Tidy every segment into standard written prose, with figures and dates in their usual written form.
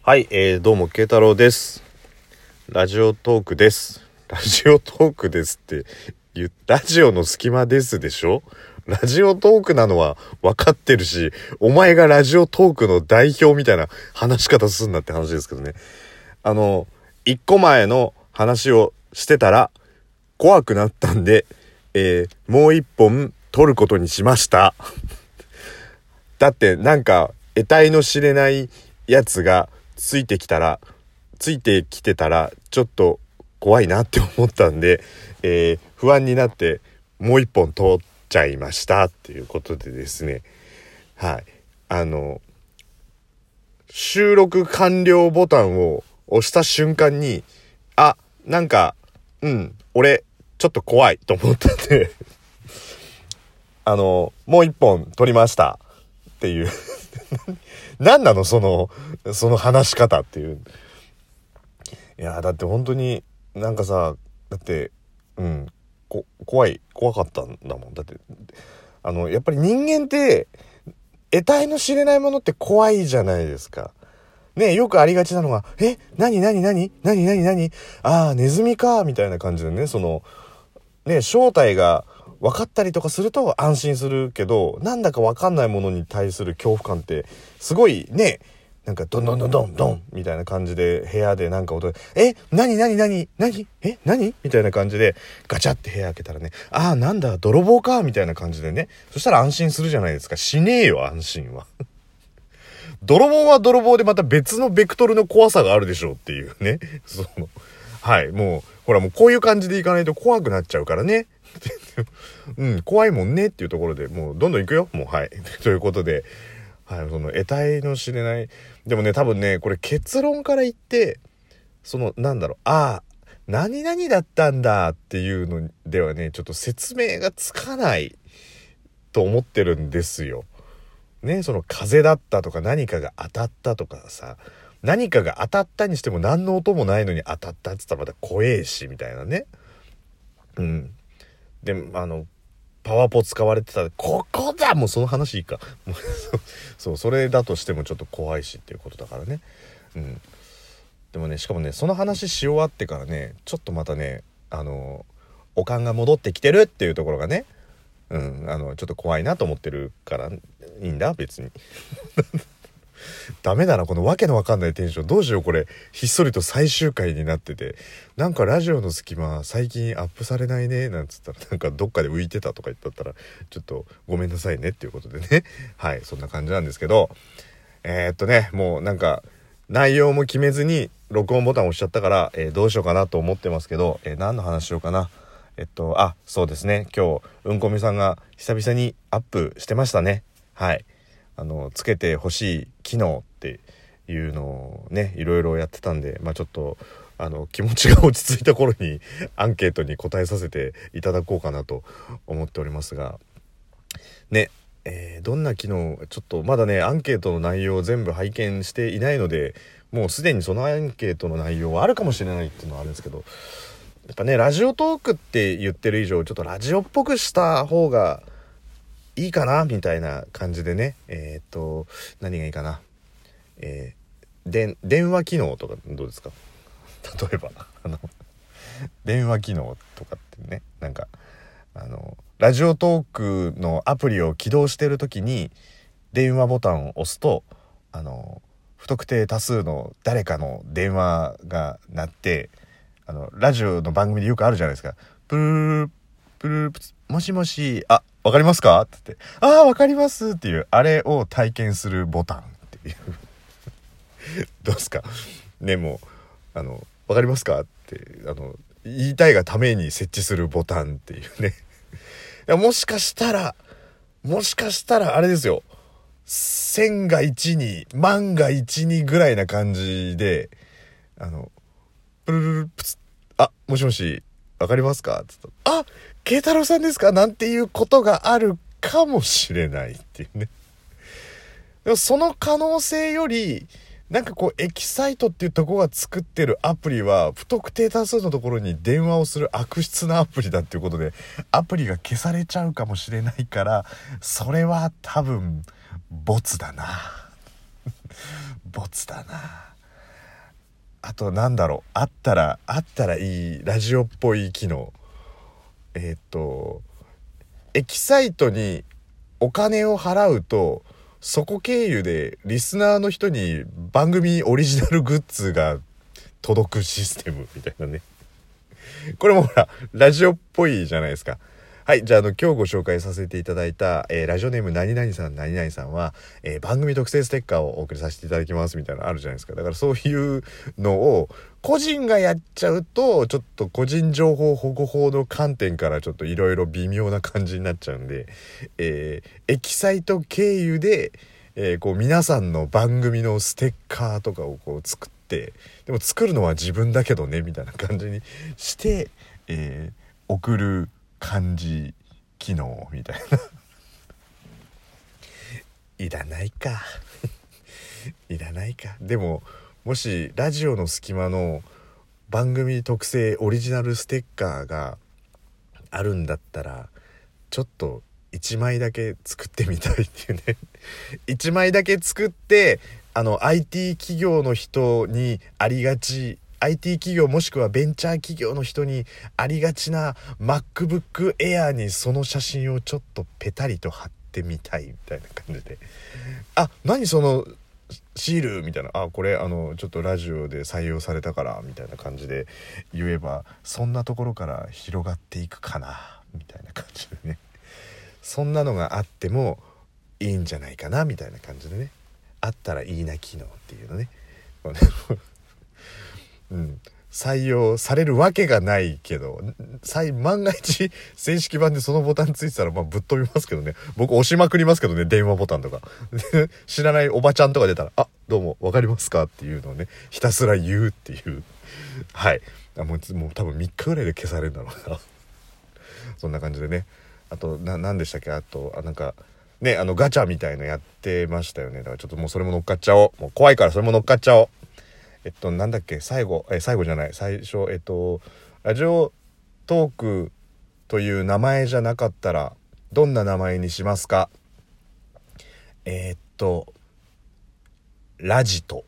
はい、どうも慶太郎です。ラジオトークです。ラジオトークですってラジオの隙間ですでしょ。ラジオトークなのは分かってるし、お前がラジオトークの代表みたいな話し方すんなって話ですけどね。一個前の話をしてたら怖くなったんで、もう一本撮ることにしました。だってなんか得体の知れないやつがついてきてたらちょっと怖いなって思ったんで、不安になってもう一本通っちゃいましたっていうことでですね。はい。収録完了ボタンを押した瞬間に、なんか、俺ちょっと怖いと思ったんでもう一本撮りましたっていう何なのその話し方っていう。いやだって本当になんかさ、だって怖かったんだもん。だってやっぱり人間って得体の知れないものって怖いじゃないですかね。よくありがちなのが何ネズミかみたいな感じでね、正体が分かったりとかすると安心するけど、なんだか分かんないものに対する恐怖感ってすごいね。なんかドンドンドンドンドンみたいな感じで部屋でなんか音で何みたいな感じでガチャって部屋開けたらね、なんだ泥棒かみたいな感じでね、そしたら安心するじゃないですか。しねえよ安心は泥棒は泥棒でまた別のベクトルの怖さがあるでしょうっていうね。はい、もうほらもうこういう感じでいかないと怖くなっちゃうからね怖いもんねっていうところでもうどんどん行くよもう。はいということで、はい、その得体の知れない、でもね多分ねこれ結論から言って何々だったんだっていうのではねちょっと説明がつかないと思ってるんですよね。その風だったとか何かが当たったとかさ、何かが当たったにしても何の音もないのに当たったって言ったらまた怖えしみたいなね。でパワポ使われてたここだもうその話いいかもうそれだとしてもちょっと怖いしっていうことだからね。でもねしかもねその話し終わってからねちょっとまたねおかんが戻ってきてるっていうところがねちょっと怖いなと思ってるからいいんだ別にダメだなこのわけのわかんないテンション。どうしようこれひっそりと最終回になってて、なんかラジオの隙間最近アップされないねなんつったらなんかどっかで浮いてたとか言ったらちょっとごめんなさいねっていうことでねはいそんな感じなんですけど、もうなんか内容も決めずに録音ボタン押しちゃったから、どうしようかなと思ってますけど、何の話しようかな。そうですね、今日うんこみさんが久々にアップしてましたね。はい、つけてほしい機能っていうのをねいろいろやってたんで、ちょっと気持ちが落ち着いた頃にアンケートに答えさせていただこうかなと思っておりますがね。どんな機能ちょっとまだねアンケートの内容を全部拝見していないので、もうすでにそのアンケートの内容はあるかもしれないっていうのはあるんですけど、やっぱねラジオトークって言ってる以上ちょっとラジオっぽくした方がいいかなみたいな感じでね。何がいいかな。電話機能とかどうですか。例えば電話機能とかってね、なんかラジオトークのアプリを起動してる時に電話ボタンを押すと不特定多数の誰かの電話が鳴って、ラジオの番組でよくあるじゃないですか。プループループツもしもしわかりますかって言ってわかりますっていうあれを体験するボタンっていうどうですかね。もうわかりますかって言いたいがために設置するボタンっていうねいやもしかしたらあれですよ、1000が1に万が1にぐらいな感じでプルルルプツもしもしわかりますかつった慶太郎さんですかなんていうことがあるかもしれないっていうね。でもその可能性よりなんかこうエキサイトっていうところが作ってるアプリは不特定多数のところに電話をする悪質なアプリだっていうことでアプリが消されちゃうかもしれないから、それは多分ボツだなボツだな。 あとなんだろう、あったらいいラジオっぽい機能、エキサイトにお金を払うとそこ経由でリスナーの人に番組オリジナルグッズが届くシステムみたいなね。これもほらラジオっぽいじゃないですか。はい、じゃあ今日ご紹介させていただいた、ラジオネーム何々さん何々さんは、番組特製ステッカーをお送りさせていただきますみたいなのあるじゃないですか。だからそういうのを個人がやっちゃうとちょっと個人情報保護法の観点からちょっといろいろ微妙な感じになっちゃうんで、エキサイト経由で、こう皆さんの番組のステッカーとかをこう作って、でも作るのは自分だけどねみたいな感じにして、送る感じ機能みたいないらないかいらないか。でももしラジオの隙間の番組特製オリジナルステッカーがあるんだったらちょっと1枚だけ作ってみたいっていうね1枚だけ作って、IT 企業の人にありがち、IT 企業もしくはベンチャー企業の人にありがちな MacBook Air にその写真をちょっとペタリと貼ってみたいみたいな感じで、あ、何そのシールみたいな、あ、これちょっとラジオで採用されたからみたいな感じで言えば、そんなところから広がっていくかなみたいな感じでね、そんなのがあってもいいんじゃないかなみたいな感じでね、あったらいいな機能っていうのねうん、採用されるわけがないけど、万が一正式版でそのボタンついてたらぶっ飛びますけどね。僕押しまくりますけどね、電話ボタンとか知らないおばちゃんとか出たら、あ、どうもわかりますかっていうのをね、ひたすら言うっていうはい、もう多分3日ぐらいで消されるんだろうなそんな感じでね。あと何でしたっけ、あとなんかね、ガチャみたいのやってましたよね。だからちょっともうそれも乗っかっちゃおう。もう怖いからそれも乗っかっちゃおう。なんだっけ、最後じゃない、最初ラジオトークという名前じゃなかったらどんな名前にしますか。ラジト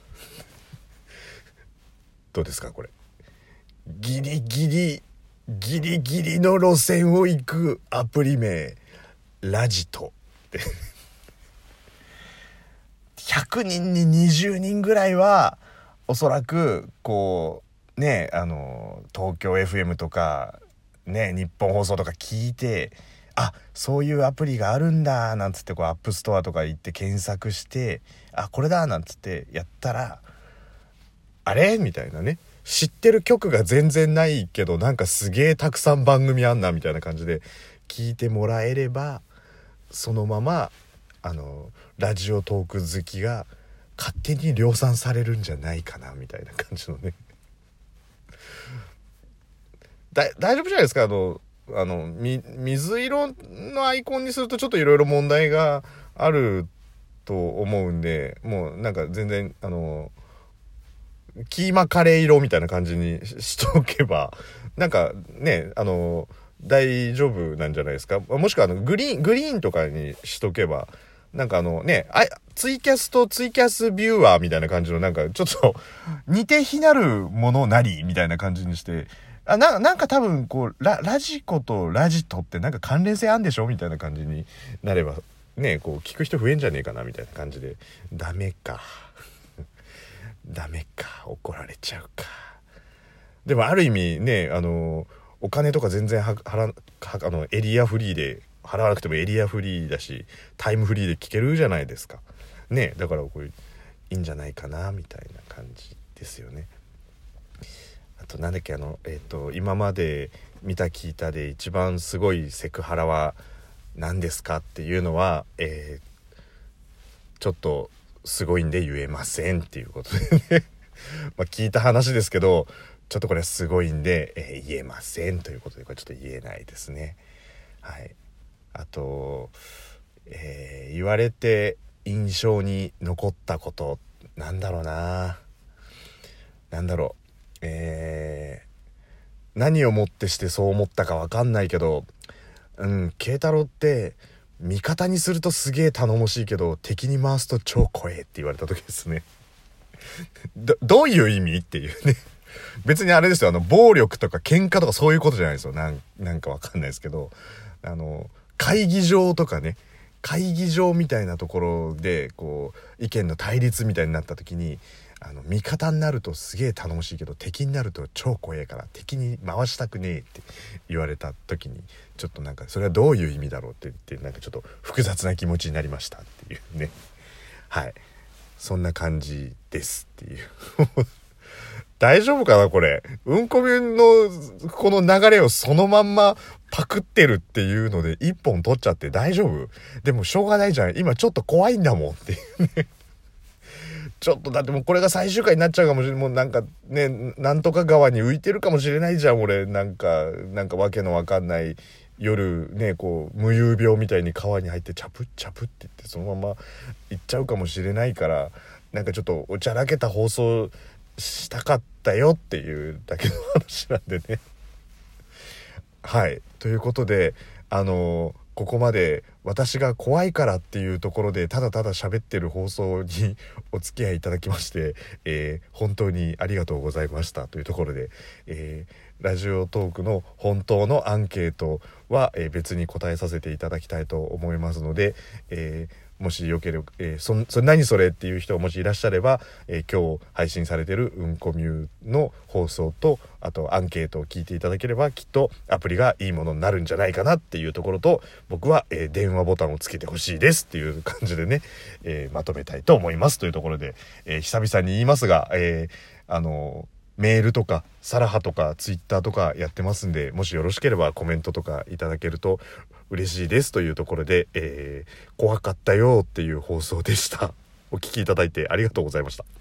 どうですかこれ。ギリギリの路線を行くアプリ名ラジトって100人に20人ぐらいはおそらくこうね、東京 FM とかね、日本放送とか聞いて、あ、そういうアプリがあるんだなんつって、こうアップストアとか行って検索して、あ、これだなんつってやったら、あれみたいなね、知ってる曲が全然ないけどなんかすげえたくさん番組あんなみたいな感じで聞いてもらえれば、そのままラジオトーク好きが勝手に量産されるんじゃないかなみたいな感じのね大丈夫じゃないですか。水色のアイコンにするとちょっといろいろ問題があると思うんで、もうなんか全然キーマカレー色みたいな感じにしておけばなんかね、大丈夫なんじゃないですか。もしくはグリーンとかにしとけばなんかね、ツイキャスとツイキャスビューアーみたいな感じのなんかちょっと似て非なるものなりみたいな感じにして、なんか多分こうラジコとラジトってなんか関連性あんでしょみたいな感じになればね、こう聞く人増えんじゃねえかなみたいな感じで。ダメかダメか、怒られちゃうか。でもある意味ね、お金とか全然エリアフリーで払わなくてもエリアフリーだしタイムフリーで聞けるじゃないですかね。だからこういいんじゃないかなみたいな感じですよね。あとなんだっけ、今まで見た聞いたで一番すごいセクハラは何ですかっていうのは、ちょっとすごいんで言えませんっていうことでね聞いた話ですけど、ちょっとこれはすごいんで、言えませんということで、これちょっと言えないですね。はい。あと、言われて印象に残ったことなんだろうな、何をもってしてそう思ったか分かんないけど、慶太郎って味方にするとすげえ頼もしいけど敵に回すと超怖えって言われた時ですねどういう意味っていうね。別にあれですよ、暴力とか喧嘩とかそういうことじゃないですよ。なんかわかんないですけど、会議場とかね、会議場みたいなところでこう意見の対立みたいになった時に、味方になるとすげえ頼もしいけど敵になると超怖えから敵に回したくねえって言われた時に、ちょっとなんかそれはどういう意味だろうって言って、なんかちょっと複雑な気持ちになりましたっていうね。はい、そんな感じですっていう大丈夫かなこれ。うんこみゅんのこの流れをそのまんまパクってるっていうので一本取っちゃって大丈夫？でもしょうがないじゃん。今ちょっと怖いんだもんっていうね。ちょっとだってもうこれが最終回になっちゃうかもしれない。もうなんかね、なんとか川に浮いてるかもしれないじゃん俺。なんかわけのわかんない夜ね、こう無遊病みたいに川に入ってチャプッチャプって言ってそのまま行っちゃうかもしれないから、なんかちょっとおちゃらけた放送したかったよっていうだけの話なんでね。はい、ということでここまで私が怖いからっていうところでただただ喋ってる放送にお付き合いいただきまして、本当にありがとうございましたというところで、ラジオトークの本当のアンケートは、別に答えさせていただきたいと思いますので、もしよければ、何それっていう人がもしいらっしゃれば、今日配信されてるうんこミューの放送とあとアンケートを聞いていただければきっとアプリがいいものになるんじゃないかなっていうところと、僕は、電話ボタンをつけてほしいですっていう感じでね、まとめたいと思いますというところで、久々に言いますが、メールとかサラハとかツイッターとかやってますんで、もしよろしければコメントとかいただけると嬉しいですというところで、怖かったよっていう放送でした。お聞きいただいてありがとうございました。